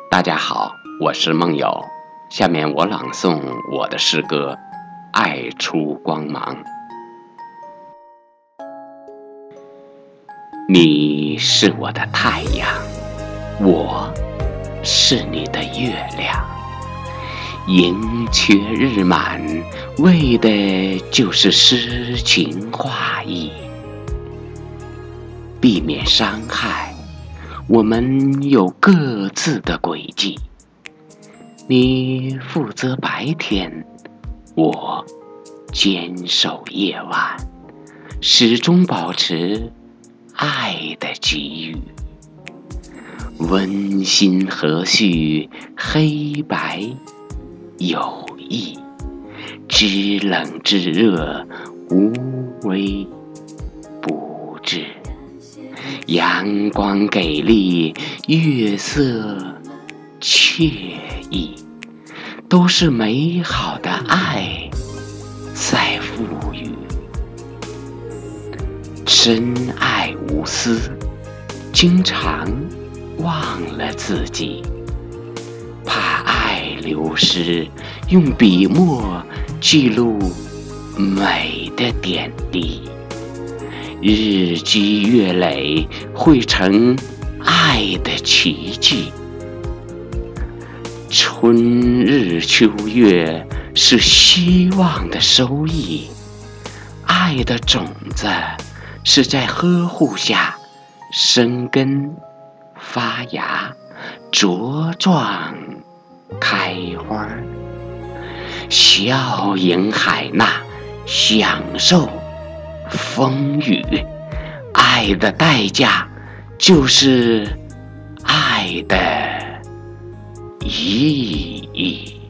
大家好，我是梦友，下面我朗诵我的诗歌《爱出光芒》。你是我的太阳，我是你的月亮，盈缺日满，为的就是诗情画意。避免伤害，我们有各自的轨迹。你负责白天，我坚守夜晚，始终保持爱的给予。温馨和煦，黑白有意，知冷知热，无微不至。阳光给力，月色惬意，都是美好的爱在赋予。真爱无私，经常忘了自己，怕爱流失，用笔墨记录美的点滴。日积月累，汇成爱的奇迹。春日秋月是希望的收益，爱的种子是在呵护下生根发芽茁壮开花，笑迎海纳，享受风雨。爱的代价就是爱的意义。